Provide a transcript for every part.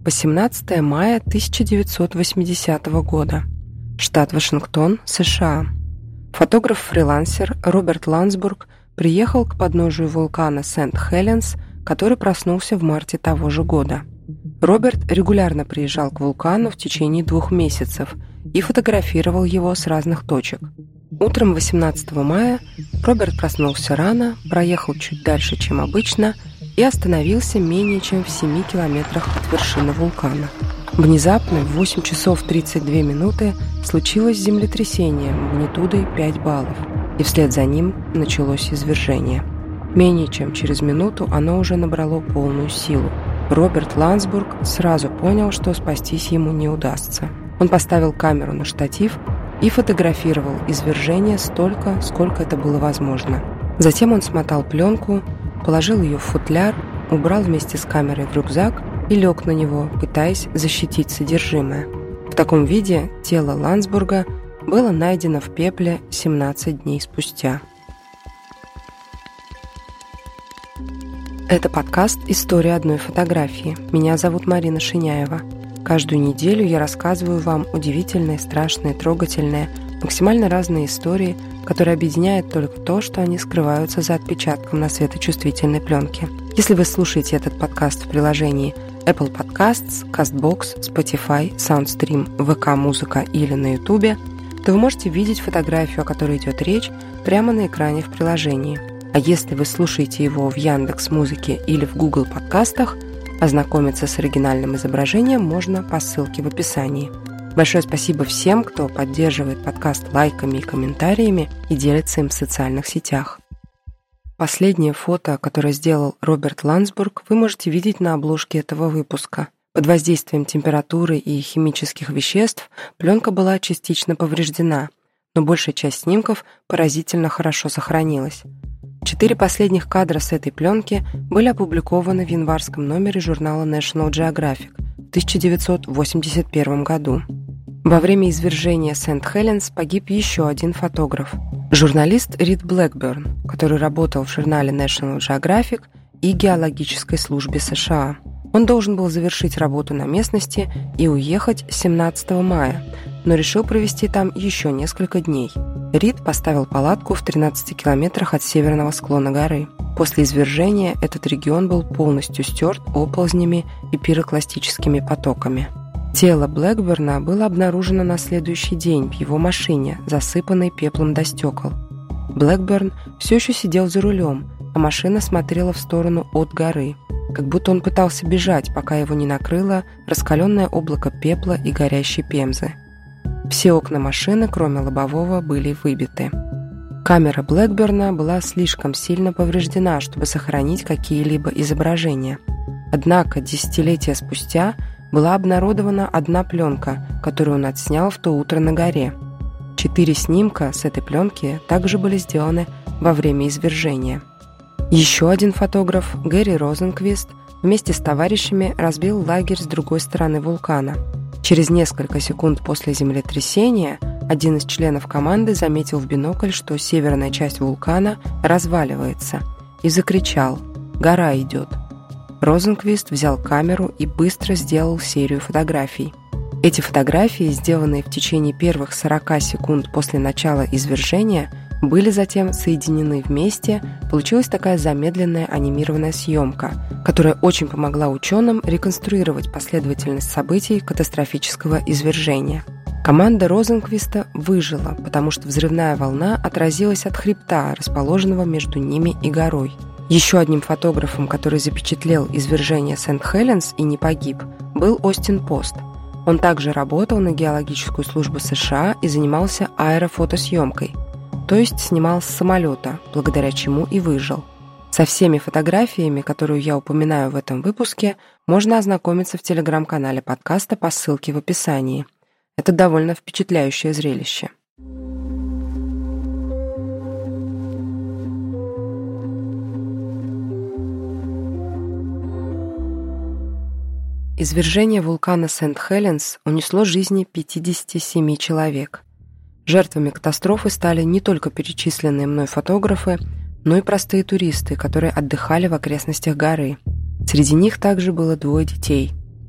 18 мая 1980 года. Штат Вашингтон, США. Фотограф-фрилансер Роберт Ландсбург приехал к подножию вулкана Сент-Хеленс, который проснулся в марте того же года. Роберт регулярно приезжал к вулкану в течение 2 месяцев и фотографировал его с разных точек. Утром 18 мая Роберт проснулся рано, проехал чуть дальше, чем обычно, и остановился менее чем в 7 километрах от вершины вулкана. Внезапно в 8 часов 32 минуты случилось землетрясение магнитудой 5 баллов, и вслед за ним началось извержение. Менее чем через минуту оно уже набрало полную силу. Роберт Ландсбург сразу понял, что спастись ему не удастся. Он поставил камеру на штатив и фотографировал извержение столько, сколько это было возможно. Затем он смотал пленку, положил ее в футляр, убрал вместе с камерой в рюкзак и лег на него, пытаясь защитить содержимое. В таком виде тело Ландсбурга было найдено в пепле 17 дней спустя. Это подкаст «История одной фотографии». Меня зовут Марина Шиняева. Каждую неделю я рассказываю вам удивительные, страшные, трогательные, максимально разные истории, которые объединяют только то, что они скрываются за отпечатком на светочувствительной пленке. Если вы слушаете этот подкаст в приложении Apple Podcasts, CastBox, Spotify, SoundStream, ВК-музыка или на YouTube, то вы можете видеть фотографию, о которой идет речь, прямо на экране в приложении. А если вы слушаете его в Яндекс.Музыке или в Google подкастах, ознакомиться с оригинальным изображением можно по ссылке в описании. Большое спасибо всем, кто поддерживает подкаст лайками и комментариями и делится им в социальных сетях. Последнее фото, которое сделал Роберт Ландсбург, вы можете видеть на обложке этого выпуска. Под воздействием температуры и химических веществ пленка была частично повреждена, но большая часть снимков поразительно хорошо сохранилась. 4 последних кадра с этой пленки были опубликованы в январском номере журнала National Geographic в 1981 году. Во время извержения Сент-Хеленс погиб еще один фотограф – журналист Рид Блэкберн, который работал в журнале National Geographic и геологической службе США. Он должен был завершить работу на местности и уехать 17 мая, но решил провести там еще несколько дней. Рид поставил палатку в 13 километрах от северного склона горы. После извержения этот регион был полностью стерт оползнями и пирокластическими потоками. Тело Блэкберна было обнаружено на следующий день в его машине, засыпанной пеплом до стекол. Блэкберн все еще сидел за рулем, а машина смотрела в сторону от горы, как будто он пытался бежать, пока его не накрыло раскаленное облако пепла и горящей пемзы. Все окна машины, кроме лобового, были выбиты. Камера Блэкберна была слишком сильно повреждена, чтобы сохранить какие-либо изображения. Однако десятилетия спустя была обнародована одна пленка, которую он отснял в то утро на горе. 4 снимка с этой пленки также были сделаны во время извержения. Еще один фотограф, Гэри Розенквист, вместе с товарищами разбил лагерь с другой стороны вулкана. Через несколько секунд после землетрясения один из членов команды заметил в бинокль, что северная часть вулкана разваливается, и закричал «Гора идет!». Розенквист взял камеру и быстро сделал серию фотографий. Эти фотографии, сделанные в течение первых 40 секунд после начала извержения, были затем соединены вместе, получилась такая замедленная анимированная съемка, которая очень помогла ученым реконструировать последовательность событий катастрофического извержения. Команда Розенквиста выжила, потому что взрывная волна отразилась от хребта, расположенного между ними и горой. Еще одним фотографом, который запечатлел извержение Сент-Хеленс и не погиб, был Остин Пост. Он также работал на геологическую службу США и занимался аэрофотосъемкой, то есть снимал с самолета, благодаря чему и выжил. Со всеми фотографиями, которые я упоминаю в этом выпуске, можно ознакомиться в телеграм-канале подкаста по ссылке в описании. Это довольно впечатляющее зрелище. Извержение вулкана Сент-Хеленс унесло жизни 57 человек. Жертвами катастрофы стали не только перечисленные мной фотографы, но и простые туристы, которые отдыхали в окрестностях горы. Среди них также было 2 детей –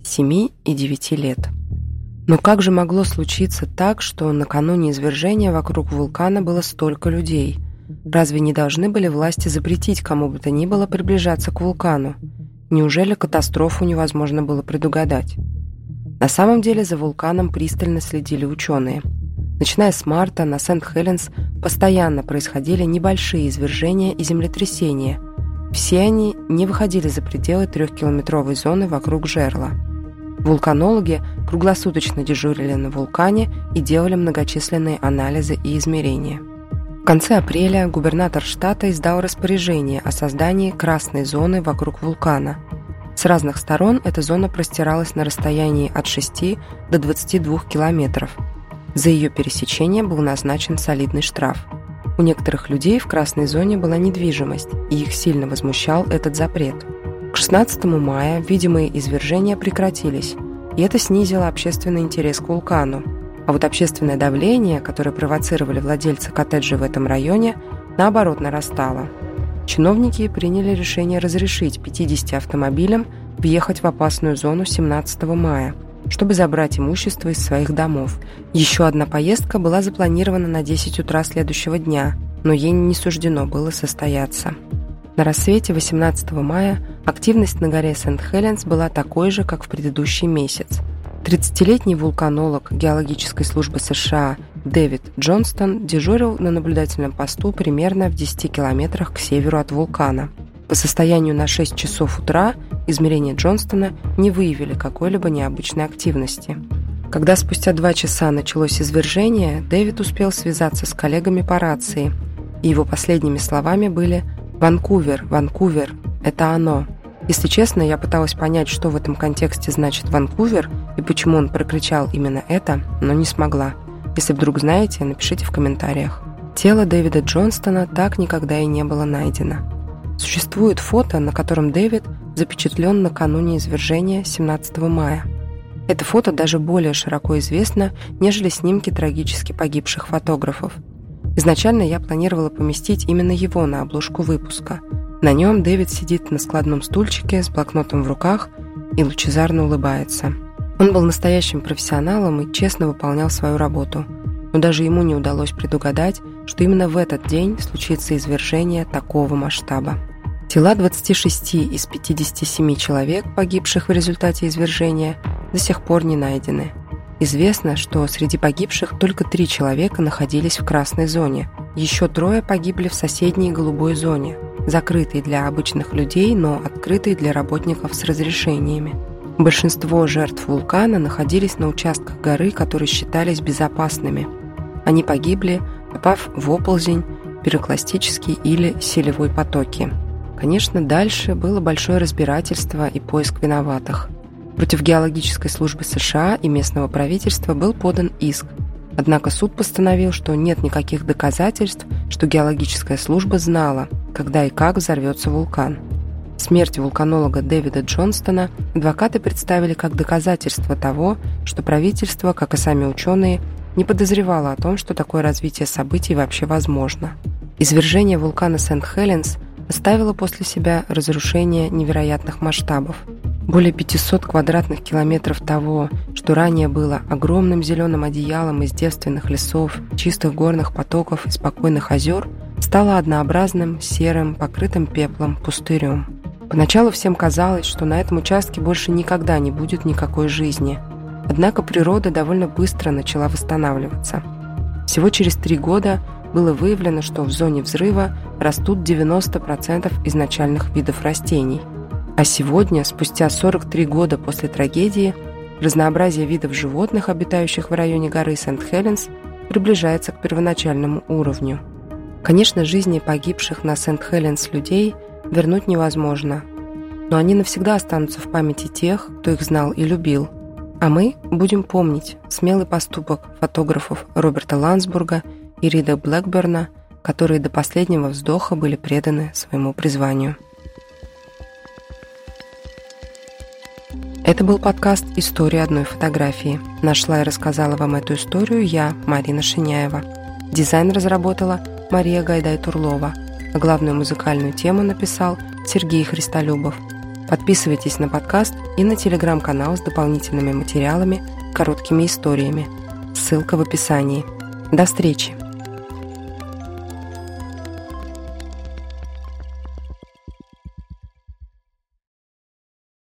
7 и 9 лет. Но как же могло случиться так, что накануне извержения вокруг вулкана было столько людей? Разве не должны были власти запретить кому бы то ни было приближаться к вулкану? Неужели катастрофу невозможно было предугадать? На самом деле за вулканом пристально следили ученые. Начиная с марта на Сент-Хеленс постоянно происходили небольшие извержения и землетрясения. Все они не выходили за пределы 3-километровой зоны вокруг жерла. Вулканологи круглосуточно дежурили на вулкане и делали многочисленные анализы и измерения. В конце апреля губернатор штата издал распоряжение о создании красной зоны вокруг вулкана. С разных сторон эта зона простиралась на расстоянии от 6 до 22 километров. За ее пересечение был назначен солидный штраф. У некоторых людей в красной зоне была недвижимость, и их сильно возмущал этот запрет. К 16 мая видимые извержения прекратились, и это снизило общественный интерес к вулкану. А вот общественное давление, которое провоцировали владельцы коттеджей в этом районе, наоборот нарастало. Чиновники приняли решение разрешить 50 автомобилям въехать в опасную зону 17 мая, чтобы забрать имущество из своих домов. Еще одна поездка была запланирована на 10 утра следующего дня, но ей не суждено было состояться. На рассвете 18 мая активность на горе Сент-Хеленс была такой же, как в предыдущий месяц. 30-летний вулканолог геологической службы США Дэвид Джонстон дежурил на наблюдательном посту примерно в 10 километрах к северу от вулкана. По состоянию на 6 часов утра измерения Джонстона не выявили какой-либо необычной активности. Когда спустя 2 часа началось извержение, Дэвид успел связаться с коллегами по рации, и его последними словами были «Ванкувер, Ванкувер, это оно». Если честно, я пыталась понять, что в этом контексте значит Ванкувер и почему он прокричал именно это, но не смогла. Если вдруг знаете, напишите в комментариях. Тело Дэвида Джонстона так никогда и не было найдено. Существует фото, на котором Дэвид запечатлен накануне извержения 17 мая. Это фото даже более широко известно, нежели снимки трагически погибших фотографов. Изначально я планировала поместить именно его на обложку выпуска. На нем Дэвид сидит на складном стульчике с блокнотом в руках и лучезарно улыбается. Он был настоящим профессионалом и честно выполнял свою работу, но даже ему не удалось предугадать, что именно в этот день случится извержение такого масштаба. Тела 26 из 57 человек, погибших в результате извержения, до сих пор не найдены. Известно, что среди погибших только 3 человека находились в красной зоне. Еще 3 погибли в соседней голубой зоне, закрытой для обычных людей, но открытой для работников с разрешениями. Большинство жертв вулкана находились на участках горы, которые считались безопасными. Они погибли, попав в оползень, пирокластический или селевой потоки. Конечно, дальше было большое разбирательство и поиск виноватых. Против геологической службы США и местного правительства был подан иск. Однако суд постановил, что нет никаких доказательств, что геологическая служба знала, когда и как взорвется вулкан. Смерть вулканолога Дэвида Джонстона адвокаты представили как доказательство того, что правительство, как и сами ученые, не подозревало о том, что такое развитие событий вообще возможно. Извержение вулкана Сент-Хеленс оставило после себя разрушение невероятных масштабов. Более 500 квадратных километров того, что ранее было огромным зеленым одеялом из девственных лесов, чистых горных потоков и спокойных озер, стало однообразным, серым, покрытым пеплом пустырем. Поначалу всем казалось, что на этом участке больше никогда не будет никакой жизни. Однако природа довольно быстро начала восстанавливаться. Всего через 3 года было выявлено, что в зоне взрыва растут 90% изначальных видов растений. А сегодня, спустя 43 года после трагедии, разнообразие видов животных, обитающих в районе горы Сент-Хеленс, приближается к первоначальному уровню. Конечно, жизни погибших на Сент-Хеленс людей вернуть невозможно, но они навсегда останутся в памяти тех, кто их знал и любил. А мы будем помнить смелый поступок фотографов Роберта Ландсбурга и Рида Блэкберна, которые до последнего вздоха были преданы своему призванию. Это был подкаст «История одной фотографии». Нашла и рассказала вам эту историю я, Марина Шиняева. Дизайн разработала Мария Гайдай-Турлова, а главную музыкальную тему написал Сергей Христолюбов. Подписывайтесь на подкаст и на телеграм-канал с дополнительными материалами, короткими историями. Ссылка в описании. До встречи!